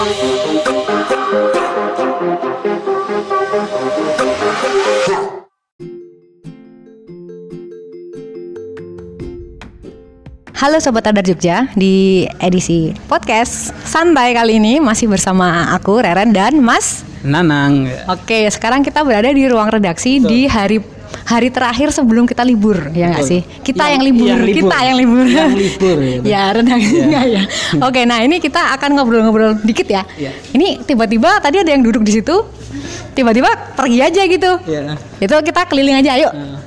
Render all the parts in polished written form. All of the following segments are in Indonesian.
Halo Sobat Radar Jogja, di edisi podcast santai kali ini masih bersama aku Reren dan Mas Nanang. Oke, sekarang kita berada di ruang redaksi. Betul. Di hari terakhir sebelum kita libur, ya nggak sih? Kita yang libur. Kita yang libur. Yang libur. Ya, redaksi enggak ya. Oke, nah ini kita akan ngobrol-ngobrol dikit ya. Ini tiba-tiba tadi ada yang duduk di situ, tiba-tiba pergi aja gitu. Itu kita keliling aja, ayo.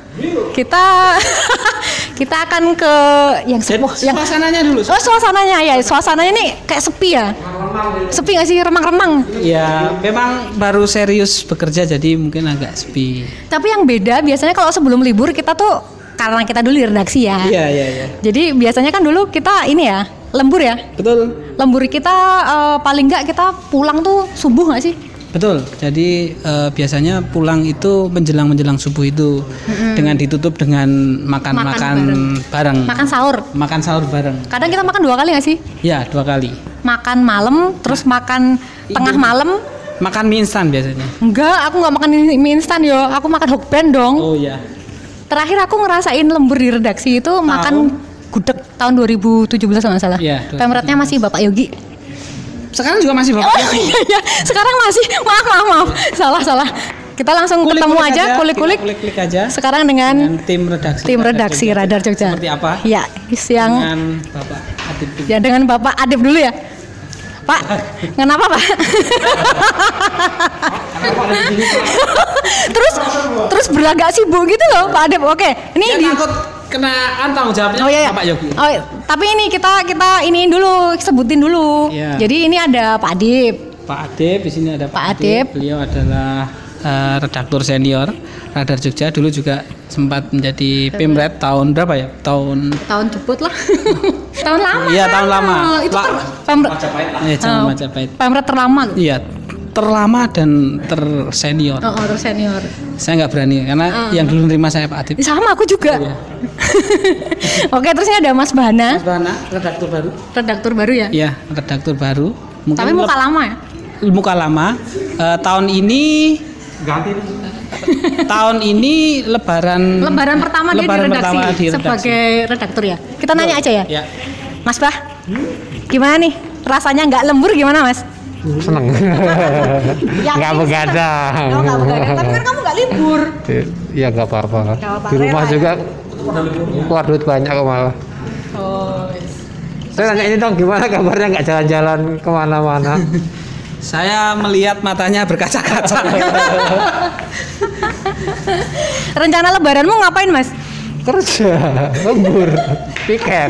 Kita akan ke yang sepuh, yang suasananya dulu. Oh, suasananya ya, suasananya nih kayak sepi ya. Sepi nggak sih, remang-remang? Ya, memang baru serius bekerja jadi mungkin agak sepi. Tapi yang beda biasanya kalau sebelum libur kita tuh karena kita dulu di redaksi ya. Iya. Jadi biasanya kan dulu kita ini ya, lembur ya. Betul. Lembur kita paling nggak kita pulang tuh subuh nggak sih? Betul. Jadi biasanya pulang itu menjelang subuh itu dengan ditutup dengan makan bareng. Makan sahur bareng. Kadang kita makan 2 kali nggak sih? Ya, 2 kali. Makan malam, terus makan tengah malam. Makan mie instan biasanya. Enggak, aku nggak makan mie instan yo. Aku makan hokben dong. Oh iya. Terakhir aku ngerasain lembur di redaksi itu makan gudeg tahun 2017 kalau nggak salah. Iya. Pemretnya masih Bapak Yogi. Sekarang juga masih Bapak Yogi. Iya, sekarang masih. Maaf. Salah. Kita langsung ketemu aja, kulik-kulik aja. Sekarang dengan tim redaksi Radar Jogja. Seperti apa? Ya, yang dengan Bapak Adib. Ya, dengan Bapak Adib dulu ya. Pak, kenapa Pak? terus berlagak sibuk gitu loh Pak Adib. Oke, ini takut kena tanggung jawabnya Bapak Yogi. Oh, tapi ini kita ini dulu sebutin dulu. Ya. Jadi ini ada Pak Adib. Pak Adib, di sini ada Pak Adib. Beliau adalah redaktur senior Radar Jogja, dulu juga sempat menjadi Pemret tahun berapa ya? Tahun jebut lah. Tahun lama. Iya, tahun lama. Itu Pemret Majapahit lah. Iya, zaman Majapahit. Pemret terlama. Iya, terlama dan tersenior. Tersenior. Saya nggak berani karena yang dulu nerima saya Pak Adib. Sama aku juga. Iya. Oke, terus ini ada Mas Bahana. Redaktur baru ya? Iya, redaktur baru. Mungkin tapi muka lama ya? Muka lama. Tahun ini ganti. Tahun ini lebaran pertama dia di redaksi sebagai redaktur ya. Kita nanya aja ya. Ya. Mas Bah, gimana nih? Rasanya nggak lembur gimana Mas? Seneng. Nggak begadang. Nggak begadang. Tapi kan kamu nggak libur. Ya nggak apa-apa. Di rumah juga keluar duit banyak kok malah. Oh. Saya nanya ini dong, gimana kabarnya nggak jalan-jalan kemana-mana? Saya melihat matanya berkaca-kaca. Rencana lebaranmu ngapain Mas? Kerja, lembur, piket.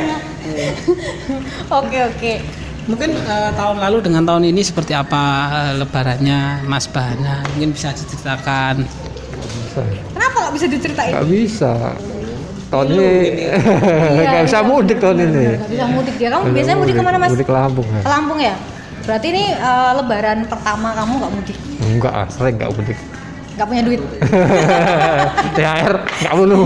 Oke. Mungkin tahun lalu dengan tahun ini seperti apa lebarannya Mas Bahana? Mungkin bisa diceritakan. Kenapa nggak bisa diceritain? Nggak bisa. Tahun ini nggak bisa mudik tahun ini. Nggak bisa mudik ya. Kamu biasanya mudik kemana Mas? Mudik ke Lampung ya. Ke Lampung ya? Berarti ini lebaran pertama kamu nggak mudik? Enggak, sering nggak mudik. Nggak punya duit? THR nggak perlu.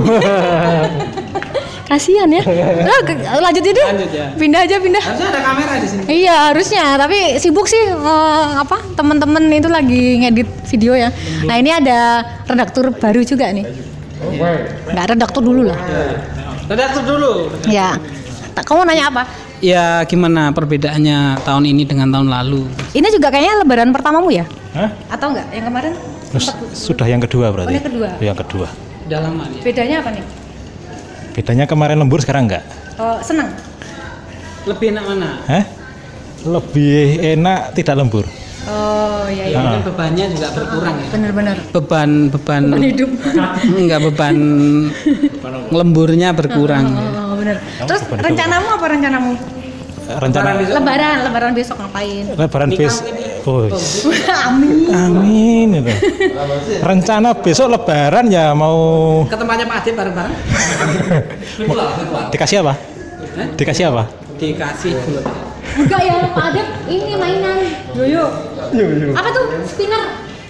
Kasihan ya. Lanjut ya. Pindah aja. Harusnya ada kamera di sini. Iya harusnya, tapi sibuk sih teman-teman itu lagi ngedit video ya. Nah ini ada redaktur baru juga nih. Nggak redaktur dulu lah. Redaktur dulu. Ya. Kamu nanya apa? Ya gimana perbedaannya tahun ini dengan tahun lalu? Ini juga kayaknya lebaran pertamamu ya? Hah? Atau enggak? Yang kemarin? Sudah yang kedua berarti. Yang kedua. Yang kedua. Udah lama nih. Bedanya apa nih? Bedanya kemarin lembur sekarang enggak? Oh, senang. Lebih enak mana? Hah? Lebih enak tidak lembur. Oh iya. Kan bebannya juga berkurang ya. Benar-benar. Beban hidup. Enggak, beban lemburnya berkurang. Oh, benar. Terus rencanamu apa rencanamu? Lebaran besok ngapain? Lebaran besok. Oh. Amin. Itu. Rencana besok lebaran ya mau ke tempatnya Pak Adib bareng-bareng. Dikasih apa? Dikasih apa? Dikasih gula. Enggak ya, Pak Adib ini mainan. Yoyo. Apa tuh? Spinner.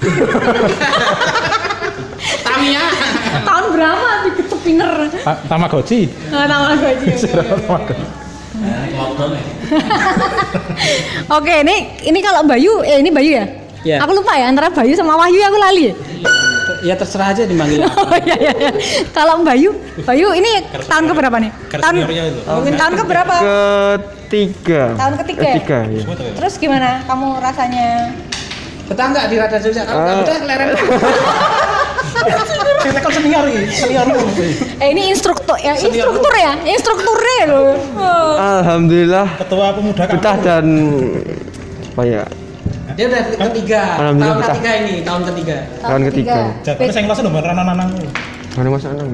Tamiya. Tahun berapa bikin spinner? Tamagotchi. Tamagotchi. Oke, ini kalau Bayu, ini Bayu ya? Iya. Aku lupa ya antara Bayu sama Wahyu, aku lali. Ya terserah aja dimanggil. Oh iya. Kalau Bayu ini tahun keberapa nih? Mungkin tahun keberapa? Ketiga. Tahun ketiga. Ya. Terus gimana kamu rasanya? Betah nggak di radar sosial? Kalau udah leren. Teknikal senior. Ini instrukturnya loh. Alhamdulillah. Ketua pemuda betah dan apa ya? Dia udah ketiga. Alhamdulillah tahun betah. ketiga ini, tahun ketiga. Jatuhnya saya ngelas udah ranang-ranang. Mana Mas Anang?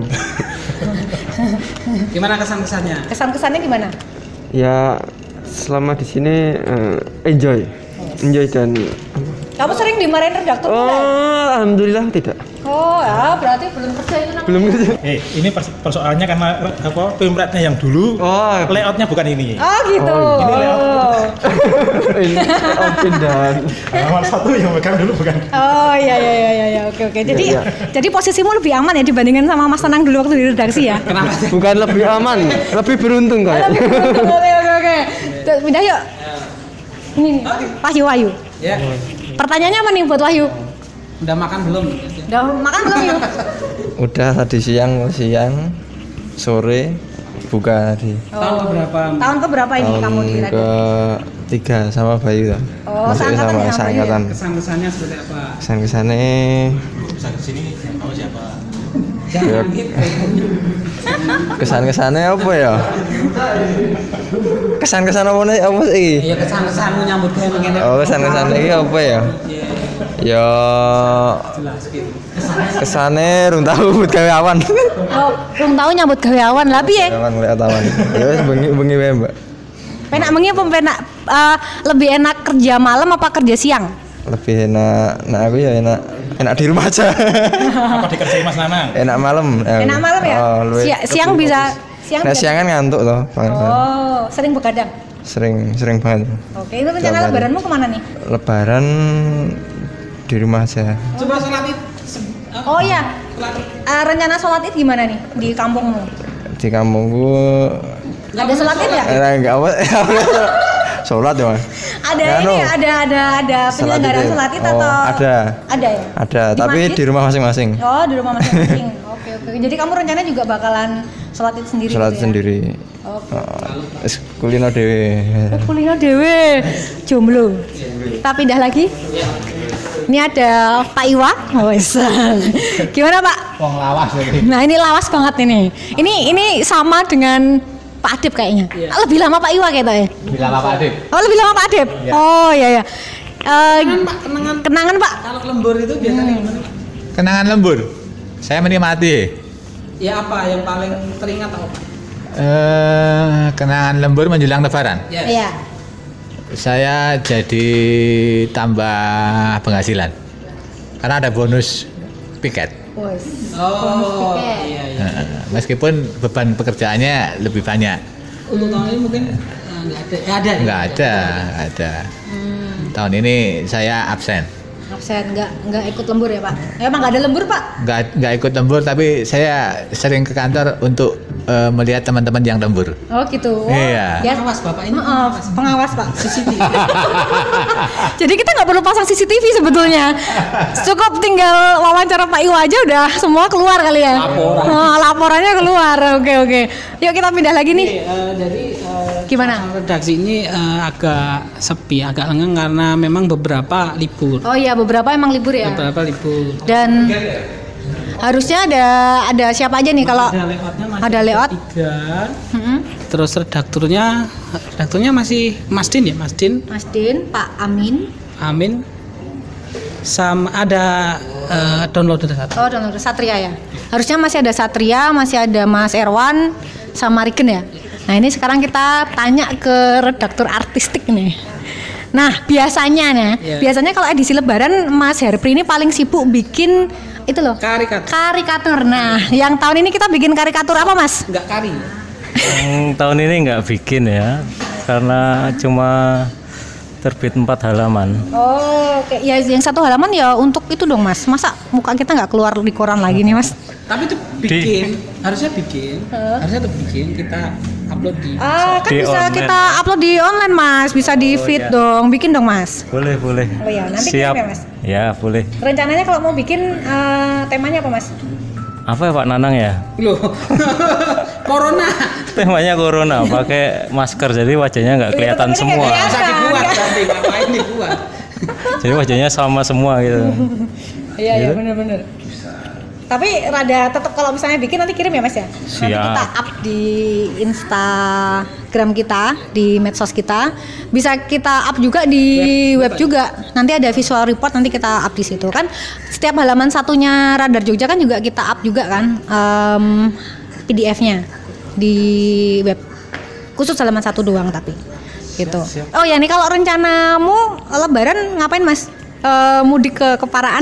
Gimana kesan-kesannya? Kesan-kesannya gimana? Ya selama di sini enjoy dan Kamu sering dimarahin redaktur nggak? alhamdulillah tidak. Oh ya, berarti belum kerja itu namanya. Belum kerja. Ini persoalannya karena pemretnya yang dulu, layoutnya bukan ini. Oh gitu. Ini layout. Ini pindahan. Awal satu yang megang dulu bukan. Oh iya. Oke. Jadi posisimu lebih aman ya dibandingkan sama Mas Tenang dulu waktu di redaksi ya? Kenapa sih? Bukan lebih aman, lebih beruntung kayak. Oke. Pindah yuk. Ini Wahyu. Ya. Pertanyaannya apa nih buat Wahyu? Udah makan belum? Udah makan belum yuk? Udah tadi siang, sore buka tadi. Tahun keberapa ini kamu di radio? Ketiga sama Bayu. Oh, seangkatan ya, seangkatan. Kesan-kesannya seperti apa? Kesan-kesannya Kesini kamu siapa? Kesan-kesannya apa ya? Kesan-kesan apa sih? Ya kesan-kesanmu nyambut gawe ngene. Oh, kesan-kesan iki apa ya? Ya kesane rung tahu buat gawe awan. Oh, rung tahu nyambut gawe awan. Lah piye? Awan lewat awan. Ya wis bengi wae, Mbak. Penak mengi apa penak lebih enak kerja malam apa kerja siang? Lebih enak, aku ya enak di rumah aja. Apa dikerjain Mas Nanang? Enak malam. Enak malam ya? Siang bisa siang kan ngantuk loh. Oh, sering begadang? Sering banget. Oke, itu rencana lebaranmu kemana nih? Lebaran di rumah aja. Coba sholat id. Oh iya, rencana sholat id gimana nih di kampungmu? Di kampungku ada sholat id ya? Enggak apa. Sholat ya Mas? Ada ini ada penyelenggaraan sholat id atau? Ada ya? Ada, tapi masjid? di rumah masing-masing. Oh, di rumah masing-masing. Oke. Jadi kamu rencana juga bakalan sholat id sendiri? Sholat gitu ya? sendiri. Oke. Kulino dewe. Kulino dewe, jomblo. Kita pindah lagi. Ini ada Pak Iwa. Gimana Pak? Wong lawas lagi. Nah ini lawas banget ini. Ini sama dengan Pak Adib kayaknya. Lebih lama Pak Iwa kayaknya. Lebih lama Pak Adib. Oh lebih lama Pak Adib. Ya. Oh iya. Kenangan Pak. Kalau lembur itu biasanya gimana? Kenangan lembur. Saya menikmati. Ya apa yang paling teringat apa? Kenangan lembur menjelang lebaran. Iya. Saya jadi tambah penghasilan karena ada bonus piket. Oh iya. Meskipun beban pekerjaannya lebih banyak. Untuk tahun ini mungkin nggak ada. Tahun ini saya absen. Nggak ikut lembur ya Pak? Emang nggak ada lembur Pak? Nggak ikut lembur, tapi saya sering ke kantor untuk melihat teman-teman yang lembur. Oh gitu. Iya. Ya. Pengawas Bapak ini. Pengawas Pak. CCTV. Jadi kita nggak perlu pasang CCTV sebetulnya. Cukup tinggal wawancara Pak Iwa aja udah semua keluar kali ya. Laporannya keluar. Oke. Yuk kita pindah lagi nih. Jadi gimana? Redaksi ini agak sepi, agak lengang karena memang beberapa libur. Oh iya, beberapa emang libur ya. Beberapa libur. Dan harusnya ada siapa aja nih kalau ada layout? 3. Terus redakturnya masih Mas Din ya, Mas Din, Pak Amin. Sama ada downloader satu. Oh, downloader Satria ya. Harusnya masih ada Satria, masih ada Mas Erwan sama Riken ya. Nah, ini sekarang kita tanya ke redaktur artistik nih. Nah, biasanya kalau edisi lebaran Mas Herpri ini paling sibuk bikin itu loh. Karikatur. Nah, yang tahun ini kita bikin karikatur apa, Mas? Enggak kari. Tahun ini nggak bikin ya, karena cuma terbit 4 halaman. Oh, oke. Ya yang 1 halaman ya untuk itu dong, Mas. Masa muka kita nggak keluar di koran lagi nih, Mas? Tapi itu bikin, harusnya bikin kita upload di kan Di bisa online, kita upload di online Mas, bisa di feed dong, bikin dong Mas. Boleh. Oh ya, nanti Siap. kirim ya Mas. Ya, boleh. Rencananya kalau mau bikin temanya apa Mas? Apa ya Pak Nanang ya? loh. Corona. Temanya corona, pakai masker jadi wajahnya nggak kelihatan tapi semua. nggak Bisa dibuat berarti ngapain dibuat? Jadi wajahnya sama semua gitu. Iya benar-benar. Tapi rada tetap kalau misalnya bikin nanti kirim ya Mas ya. Nanti Siap. kita up di Instagram kita, di medsos kita. Bisa kita up juga di web juga. Nanti ada visual report nanti kita up di situ kan. Setiap halaman satunya Radar Jogja kan juga kita up juga kan PDF-nya di web. Khusus halaman 1 doang tapi. Gitu. Oh ya nih kalau rencanamu Lebaran ngapain Mas? Mudik ke Keparaan.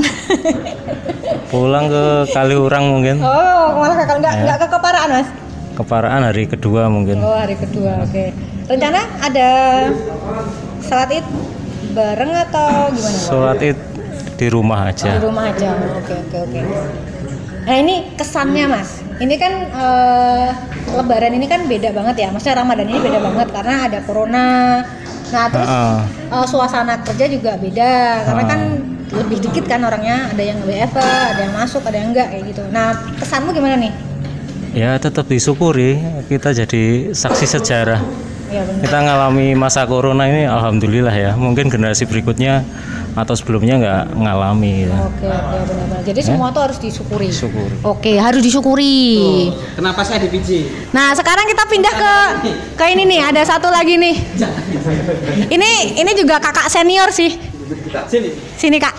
Pulang ke Kaliurang mungkin. Oh, malah enggak ke Keparaan, Mas. Keparaan hari kedua mungkin. Oh, hari kedua. Oke. Rencana ada salat Id bareng atau gimana, Pak? Sholat Id di rumah Di aja. rumah aja. Oke. Nah, ini kesannya, Mas. Ini kan Lebaran ini kan beda banget ya. Maksudnya Ramadan ini beda banget karena ada corona. Nah, terus suasana kerja juga beda karena kan lebih dikit kan orangnya, ada yang WFH, ada yang masuk, ada yang enggak kayak gitu. Nah, kesanmu gimana nih? Ya tetap disyukuri, kita jadi saksi sejarah. Ya benar. Kita ngalami masa corona ini alhamdulillah ya. Mungkin generasi berikutnya atau sebelumnya nggak ngalami. Ya. Oke, benar-benar. Jadi semua tuh harus disyukuri. Syukuri. Oke, harus disyukuri. Kenapa saya di PJ? Nah, sekarang kita pindah ke ini nih, ada satu lagi nih. Ini juga kakak senior sih. Sini, Kak.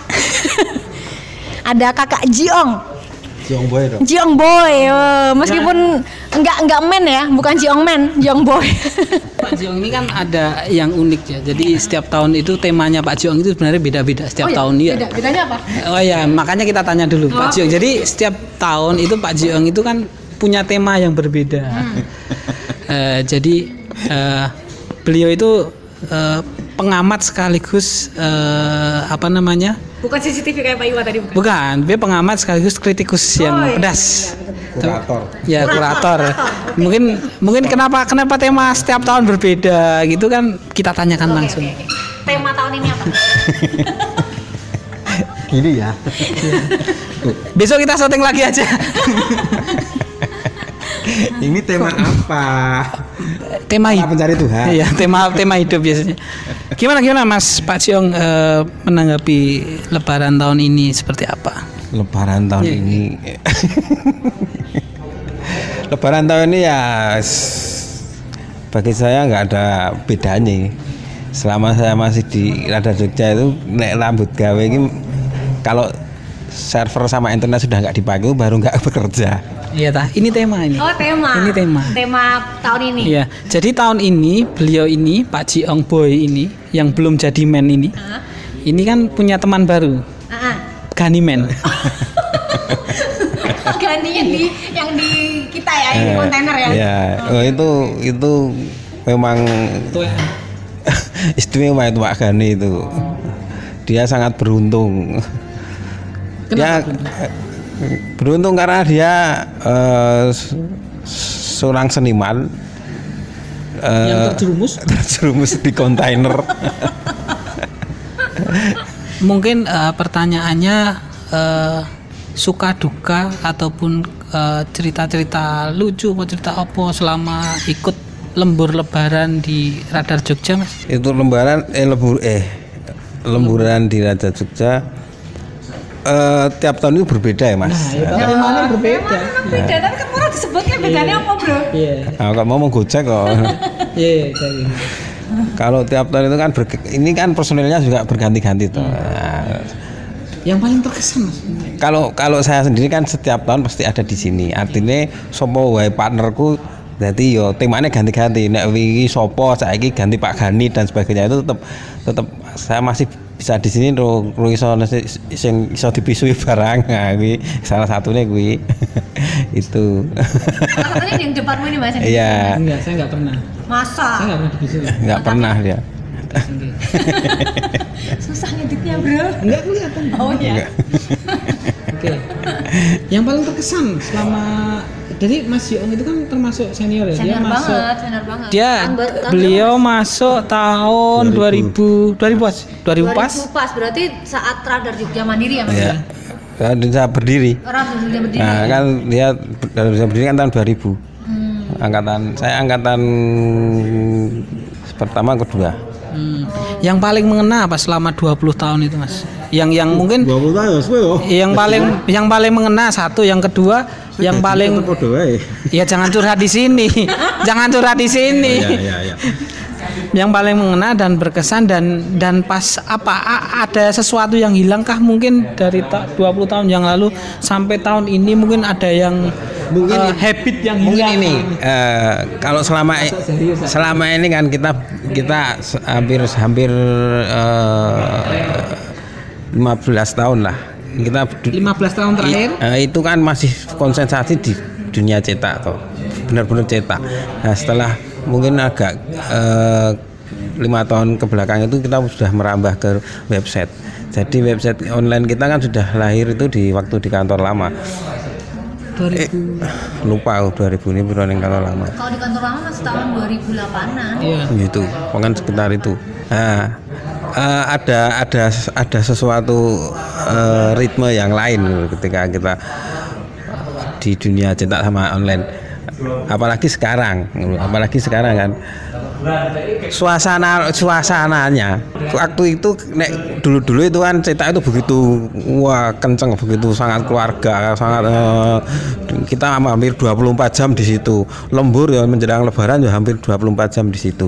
Ada Kakak Jiong. Jiong boy dong. Jiong Boy. Meskipun enggak men ya, bukan Jiong Men, Jiong Boy. Pak Jiong ini kan ada yang unik ya. Jadi setiap tahun itu temanya Pak Jiong itu sebenarnya beda-beda setiap tahun ya. Bedanya apa? Oh ya, makanya kita tanya dulu Pak Jiong. Jadi setiap tahun itu Pak Jiong itu kan punya tema yang berbeda. Jadi beliau itu pengamat sekaligus apa namanya? Bukan CCTV kayak Pak Iwa tadi bukan. Bukan, dia pengamat sekaligus kritikus yang pedas. Kurator. Ya, kurator. Mungkin kenapa tema setiap tahun berbeda gitu kan kita tanyakan langsung. Oke. Tema tahun ini apa? Gini ya. Besok kita syuting lagi aja. Ini tema apa? Tema hidup. Pencari Tuhan. Iya, tema hidup biasanya. Gimana Mas Pak Jiong menanggapi Lebaran tahun ini seperti apa? Lebaran tahun ini. Lebaran tahun ini ya bagi saya nggak ada bedanya. Selama saya masih di Radar Jogja itu nek rambut gawe ini kalau server sama internet sudah nggak dipakai baru nggak bekerja. Iya ini tema ini. Oh, tema. Ini tema. Tema tahun ini. Iya. Jadi tahun ini beliau ini Pak Jiong Boy ini yang belum jadi men ini. Ini kan punya teman baru. Gani Men. Ganti yang di kita ya, yang di kontainer ya. Ya, itu memang istimewa itu Pak Gani itu. Dia sangat beruntung. Dia beruntung karena dia seorang seniman yang terjerumus di kontainer. Mungkin pertanyaannya suka duka ataupun cerita-cerita lucu atau cerita apa selama ikut lembur Lebaran di Radar Jogja, Mas? Itu lemburan di Radar Jogja. Tiap tahun itu berbeda ya Mas. Temanya berbeda. Beda, tapi kan orang disebutnya bedanya apa bro? Iya. Nah, kalau mau Gojek kok. Iya. Kalau tiap tahun itu kan ini kan personilnya juga berganti-ganti tuh. Nah, yang paling terkesan Mas. Kalau saya sendiri kan setiap tahun pasti ada di sini. Artinya sopo wae partnerku jadi yo temanya ganti-ganti. Nek wingi sopo saiki ganti Pak Gani dan sebagainya itu tetap saya masih bisa di sini ro iso dipisui barang. Nah, kuwi salah satunya kuwi. Itu. Salah satunya yang depanmu ini Mas. Iya. Enggak, saya enggak pernah. Masa? Saya enggak pernah dibisu. Enggak pernah dia. Susah ngeditnya bro. Enggak kelihatan. Oh iya. Enggak. Oke. Yang paling terkesan selama Jadi Mas Young itu kan termasuk senior ya. Senior Dia masuk banget, senior banget. dia beliau masuk tahun 2000 pas. 2000 pas berarti saat Radar Jogja Mandiri ya Mas? Ya. Kan dia berdiri. Radar Jogja berdiri. Nah, kan dia berdiri kan tahun 2000. Saya angkatan pertama kedua. Yang paling mengena apa selama 20 tahun itu Mas? Yang mungkin 20 tahun yang paling mengena satu, yang kedua yang paling ya jangan curhat di sini. Jangan curhat di sini. Ya. Yang paling mengena dan berkesan dan pas ada sesuatu yang hilangkah mungkin dari 20 tahun yang lalu sampai tahun ini mungkin ada yang mungkin habit yang hilang. Mungkin ini kalau selama ini kan kita hampir 15 tahun lah. Kita 15 tahun terakhir itu kan masih konsentrasi di dunia cetak toh. Benar-benar cetak. Nah, setelah mungkin agak 5 tahun ke belakang itu kita sudah merambah ke website. Jadi website online kita kan sudah lahir itu di waktu di kantor lama. 2000 lupa 2000 ini berapa yang kantor lama. Kalau di kantor lama masih tahun 2008-an. Iya. Gitu, pokoknya sekitar itu. Nah, ada sesuatu ritme yang lain ketika kita di dunia cetak sama online. Apalagi sekarang kan suasananya waktu itu dulu itu kan cetak itu begitu kenceng, begitu sangat keluarga, sangat kita hampir 24 jam di situ. Lembur ya menjelang lebaran ya hampir 24 jam di situ.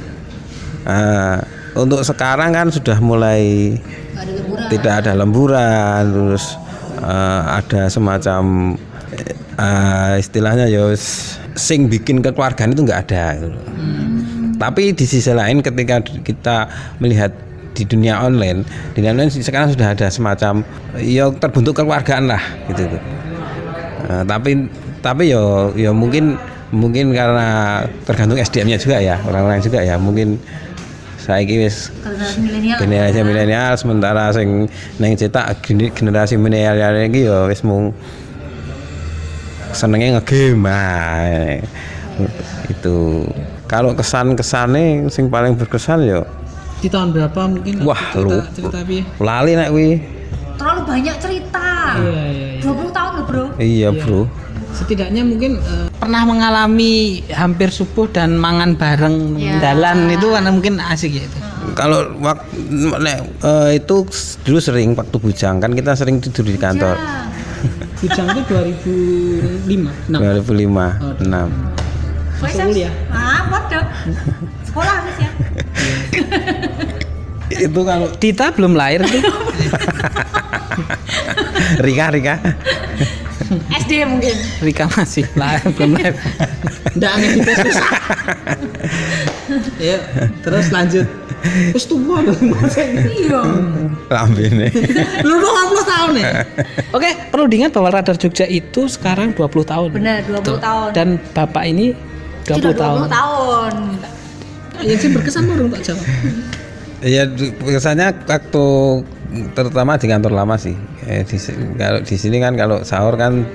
Untuk sekarang kan sudah mulai tidak ada lemburan, terus ada semacam istilahnya ya sing bikin kekeluargaan itu nggak ada. Tapi di sisi lain ketika kita melihat di dunia online sekarang sudah ada semacam ya terbentuk kekeluargaan lah gitu. Tapi ya mungkin karena tergantung SDM-nya juga ya, orang-orang juga ya, mungkin saiki wis generasi milenial, sementara sing neng cetak generasi milenial iki ya wis mung senenge ngegame itu. Kalau kesan-kesane sing paling berkesan ya di tahun berapa mungkin? Wah, cerita piye? Lali nek kuwi. Terlalu banyak cerita. Iya. 20 tahun loh, Bro. Iya, Bro. Setidaknya mungkin pernah mengalami hampir subuh dan mangan bareng dalan itu karena mungkin asik ya itu. Kalau itu dulu sering waktu bujang kan kita sering tidur di kantor. Bujang itu 2005. 2005, 6. Masuk kuliah. Waduh. Sekolah Mas ya. Itu kalau Dita belum lahir tuh. Rika SD mungkin. Rika masih lahir belum lahir. Nggak aneh Dita susah. Ya, terus lanjut. Terus tua loh. Iya. lambene. Lu 20 tahun ya. Oke, perlu diingat bahwa Radar Jogja itu sekarang 20 tahun. Benar, 20 tahun. Dan Bapak ini 20 tahun. 20 tahun. Yang sih berkesan baru Pak Jawa. Ya kesannya waktu terutama di kantor lama sih. Kalau di sini kan kalau sahur kan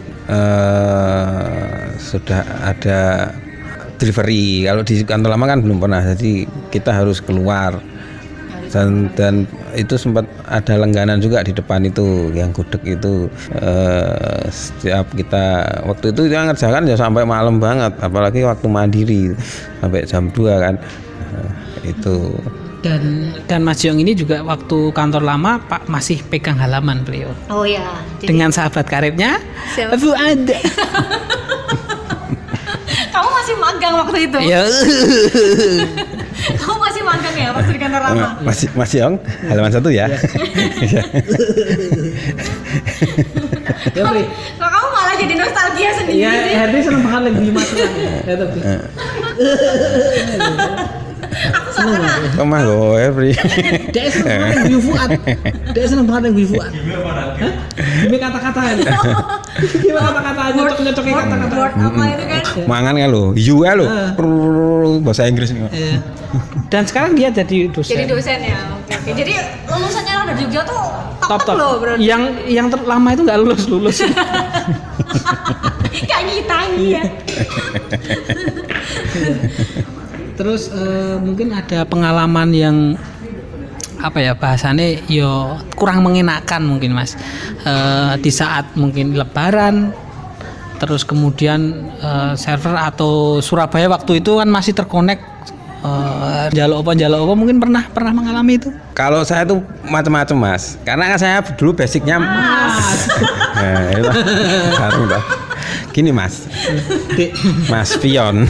sudah ada delivery. Kalau di kantor lama kan belum pernah. Jadi kita harus keluar. Dan itu sempat ada langganan juga di depan itu yang gudeg itu setiap kita waktu itu kita ngerjakan ya sampai malam banget, apalagi waktu mandiri sampai jam 2 kan itu. Dan Mas Yong ini juga waktu kantor lama Pak masih pegang halaman beliau. Oh ya. Dengan sahabat karibnya Siapa? Fuad. Kamu masih magang waktu itu? Ya. Kamu masih magang ya waktu di kantor lama? Mas Yong halaman 1 ya. Ya, Pri. Kok kamu malah jadi nostalgia sendiri Ya, sih? Henry senang banget lagi masuk. Ya tapi. Aku gak pernah. Kemah gue Pri. Dia senang banget yang Gue Fuad. Dia senang banget yang Gue Fuad. Hah? Gimana kata-katanya? Gimana kata-katanya? Nyocok-nyocoknya kata-kata. Word apa itu kan? Mangan kan lo, you kan lo, bahasa Inggris nih. Dan sekarang dia jadi dosen. Jadi dosen ya. Oke. Jadi lulusannya dari Jogja tuh top loh berarti. Yang terlama itu nggak lulus. Kayak ngitangi ya. Terus mungkin ada pengalaman yang apa ya bahasanya yo kurang mengenakan mungkin Mas, di saat mungkin Lebaran, terus kemudian server atau Surabaya waktu itu kan masih terkonek, jaluk apa mungkin pernah mengalami itu. Kalau saya tuh macam-macam Mas, karena kan saya dulu basicnya gini Mas, Mas Pion.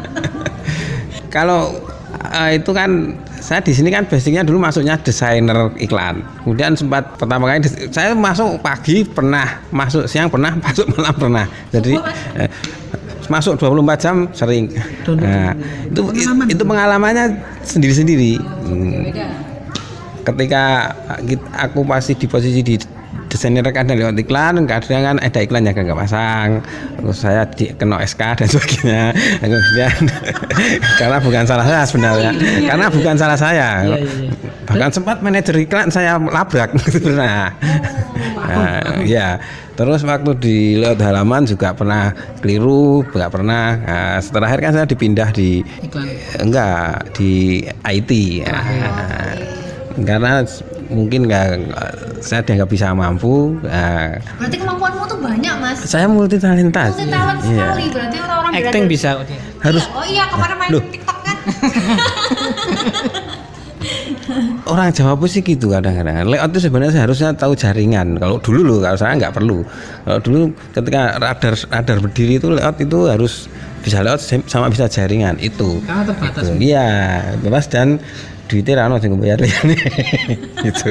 Kalau itu kan saya di sini kan basicnya dulu masuknya desainer iklan. Kemudian sempat pertama kali saya masuk pagi pernah, masuk siang pernah, masuk malam pernah. Jadi masuk 24 jam sering. Nah, itu pengalamannya sendiri-sendiri. Ketika aku pasti di posisi di desainer kadang lewat iklan, kadang kan ada iklan yang nggak pasang, terus saya kena SK dan sebagainya. Kemudian karena bukan salah saya sebenarnya, karena bukan salah saya. Bahkan sempat manajer iklan saya labrak pernah. Ya, terus waktu di lewat halaman juga pernah keliru, nggak pernah. Nah, setelah akhir kan saya dipindah di iklan. Enggak di IT. Karena mungkin saya nggak bisa mampu. Berarti kemampuanmu tuh banyak Mas. Saya multi talenta sekali. Berarti orang-orang acting bisa. Harus. Oh iya kemarin main TikTok kan. Orang Jawa pun sih gitu kadang-kadang. Layout itu sebenarnya seharusnya tahu jaringan. Kalau dulu loh, kalau saya nggak perlu. Kalau dulu ketika radar berdiri itu layout itu harus bisa layout sama bisa jaringan itu. Karena terbatas. Iya, bebas dan duitnya rano sing bayar liyane. Gitu.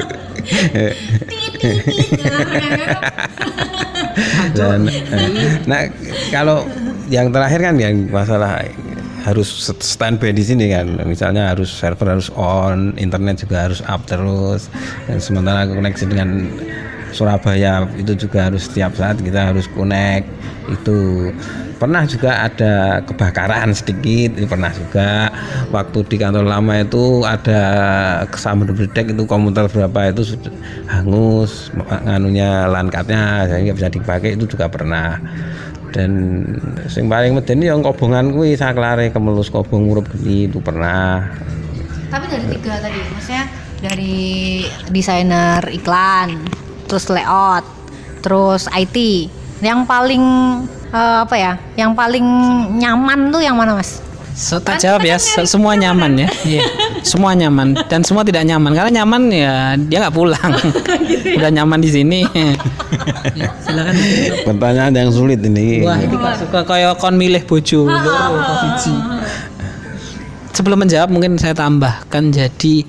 Dan nah kalau yang terakhir kan yang masalah harus standby di sini kan, misalnya harus server harus on, internet juga harus up terus, dan sementara koneksi dengan Surabaya itu juga harus setiap saat kita harus connect. Itu pernah juga ada kebakaran sedikit, itu pernah juga waktu di kantor lama itu ada kesambar bedek itu komputer berapa itu sudah hangus, nganunya LAN-cardnya jadi nggak bisa dipakai, itu juga pernah. Dan yang paling medeni yang kobongan kuwi saklare kemelus kobong murup geni itu pernah. Tapi dari 3 tadi, maksudnya dari desainer iklan, terus layout, terus IT, yang paling apa ya? Yang paling nyaman tuh yang mana Mas? Tak jawab ya, semua nyaman ya. Iya, semua nyaman dan semua tidak nyaman. Karena nyaman ya dia nggak pulang. Udah nyaman di sini. Ya, silakan. Pertanyaan yang sulit ini. Wah, ini gak suka kayak kon milih bojo. Sebelum menjawab mungkin saya tambahkan, jadi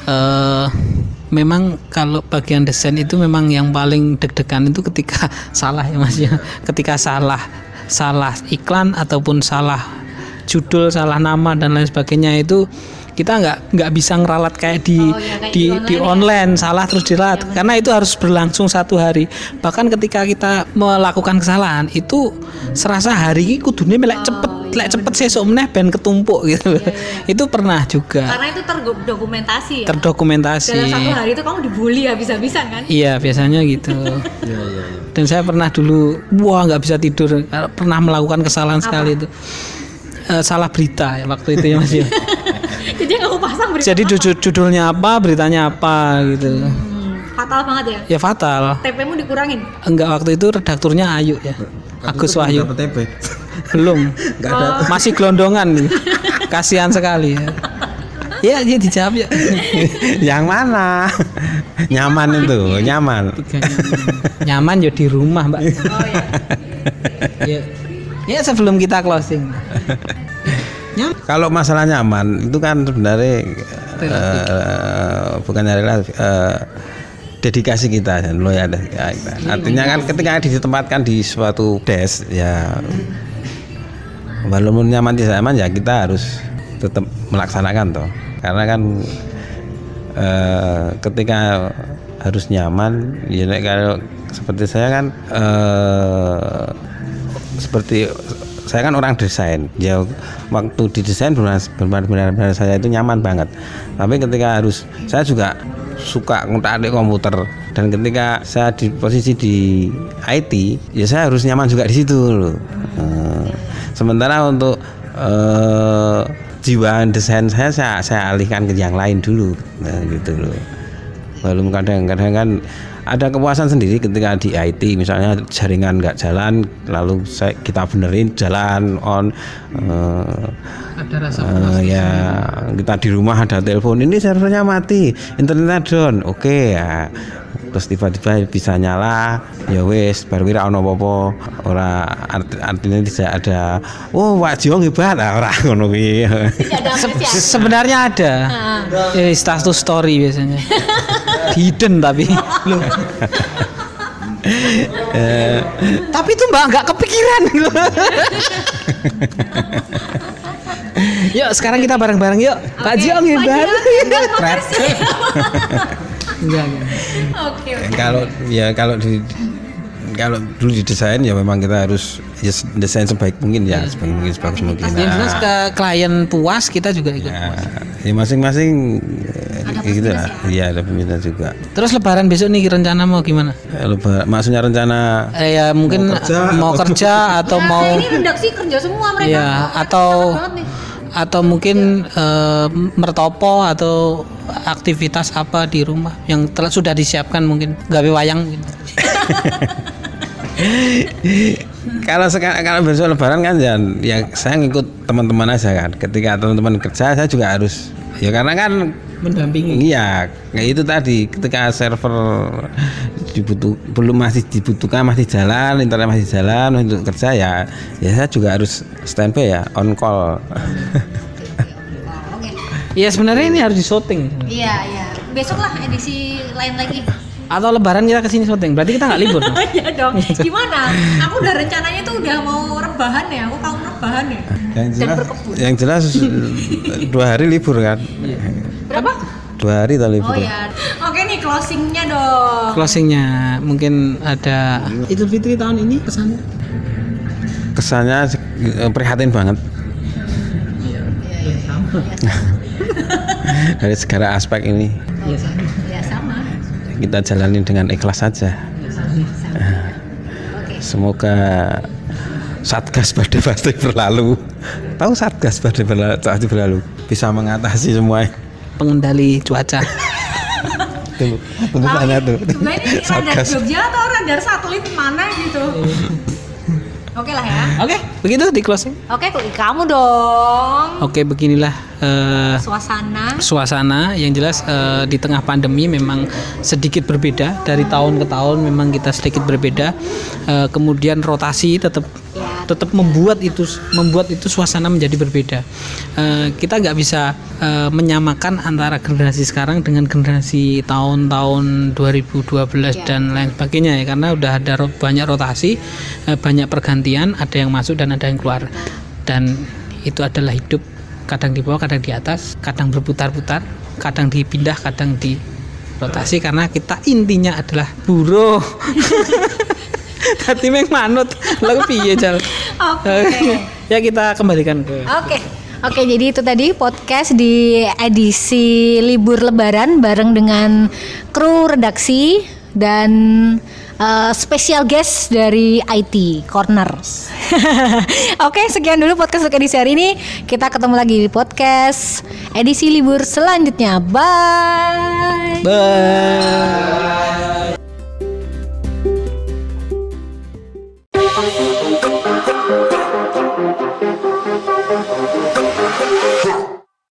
memang kalau bagian desain itu memang yang paling deg-degan itu ketika salah ya Mas ya. Ketika salah iklan ataupun salah judul, salah nama dan lain sebagainya, itu kita nggak bisa ngeralat kayak di online ya? Salah terus diralat ya, karena itu harus berlangsung 1 hari. Bahkan ketika kita melakukan kesalahan itu serasa hari ini kudune melek cepet sesuk meneh ben ketumpuk gitu. Ya. Itu pernah juga. Karena itu terdokumentasi ya. Terdokumentasi. Dalam 1 hari itu kamu dibully habis-habisan kan? Iya, biasanya gitu. Dan saya pernah dulu nggak bisa tidur, pernah melakukan kesalahan sekali itu. Salah berita ya waktu itu ya Mas ya. Jadi nggak aku pasang berita. Jadi judulnya apa, beritanya apa gitu. Fatal banget ya? Ya fatal. TP-mu dikurangin? Enggak, waktu itu redakturnya Ayu ya. Agus Wahyu. Belum. Masih gelondongan. Kasihan sekali ya. Ya, dia dijawab ya. Yang mana? Nyaman itu, nyaman. Nyaman ya di rumah, Mbak. Oh ya. Ya sebelum kita closing. Kalau masalah nyaman itu kan sebenarnya bukannya relatif, dedikasi kita dan loyalitas kita. Artinya kan ketika ditempatkan di suatu desk ya, walaupun nyaman tidak nyaman ya kita harus tetap melaksanakan toh. Karena kan ketika harus nyaman ya, kalau seperti saya kan seperti saya kan orang desain ya, waktu di desain benar-benar saya itu nyaman banget, tapi ketika harus saya juga suka ngutak-atik komputer, dan ketika saya di posisi di IT ya saya harus nyaman juga di situ loh. Sementara untuk jiwa desain saya alihkan ke yang lain dulu, gitu loh. Belum kadang-kadang kan ada kepuasan sendiri ketika di IT, misalnya jaringan nggak jalan, lalu kita benerin jalan on. Ada rasa puas. Ya kita di rumah ada telepon, ini servernya mati, internetnya down, oke ya. Terus tiba-tiba bisa nyala, ya wes baru kira ono apa-apa, ora artinya tidak ada. Oh, Pak Jiong hebat, ora ngono kuwi. Sebenarnya ada. Status story biasanya. Hidden tapi. Loh. Tapi itu Mbak nggak kepikiran. Yuk sekarang kita bareng-bareng yuk. Pak Jiong hebat. Enggak. Oke. Kalau dulu di desain ya memang kita harus desain sebaik mungkin ya, sebagus mungkin. Yang jelas ke klien puas, kita juga ikut puas. Ya masing-masing gitu lah. Iya, ada peminat juga. Terus lebaran besok nih rencana mau gimana? Maksudnya rencana Ya mungkin mau kerja atau mau Ini redaksi kerja semua mereka. ya atau mungkin mertopo atau aktivitas apa di rumah yang sudah disiapkan, mungkin gawe wayang mungkin. Kalau besok lebaran kan ya saya ngikut teman-teman aja kan. Ketika teman-teman kerja saya juga harus, ya karena kan mendampingi. Iya, kayak itu tadi, ketika server masih dibutuhkan, masih jalan, internet masih jalan untuk kerja ya saya juga harus standby ya, on call. Iya sebenarnya ini harus disyuting. Iya. Besok lah edisi lain lagi. Atau lebaran kita kesini syuting, berarti kita nggak libur. Iya dong. Gimana? Aku udah rencananya tuh udah mau rebahan ya. Aku mau rebahan ya. Yang jelas 2 hari libur kan. Berapa? 2 hari tak libur. Oh ya. Oke nih closingnya dong. Closingnya mungkin ada Idul Fitri tahun ini pesannya. Kesannya prihatin banget. Dari segala aspek ini. Ya sama. Kita jalanin dengan ikhlas saja. Semoga Satgas Badai Pasti Berlalu. Tahu Satgas Badai Pasti Berlalu bisa mengatasi semua. Pengendali cuaca. Tunggu tanya tuh. Sebenarnya ini radar Jogja atau radar satelit mana gitu? Oke lah ya. Oke, begitu di closing. Oke, kamu dong. Oke, beginilah suasana yang jelas di tengah pandemi memang sedikit berbeda dari tahun ke tahun, memang kita sedikit berbeda. Kemudian rotasi tetap membuat itu suasana menjadi berbeda. Kita nggak bisa menyamakan antara generasi sekarang dengan generasi tahun-tahun 2012 dan lain sebagainya ya, karena udah ada banyak rotasi, banyak pergantian, ada yang masuk dan ada yang keluar, dan itu adalah hidup. Kadang di bawah, kadang di atas, kadang berputar-putar, kadang dipindah, kadang di rotasi, karena kita intinya adalah buruh. Tadi mek manut lagu piye Jal. Oke. Ya kita kembalikan ke. Oke, jadi itu tadi podcast di edisi libur lebaran bareng dengan kru redaksi dan special guest dari IT Corner. Oke, sekian dulu podcast untuk edisi hari ini. Kita ketemu lagi di podcast edisi libur selanjutnya. Bye. Bye.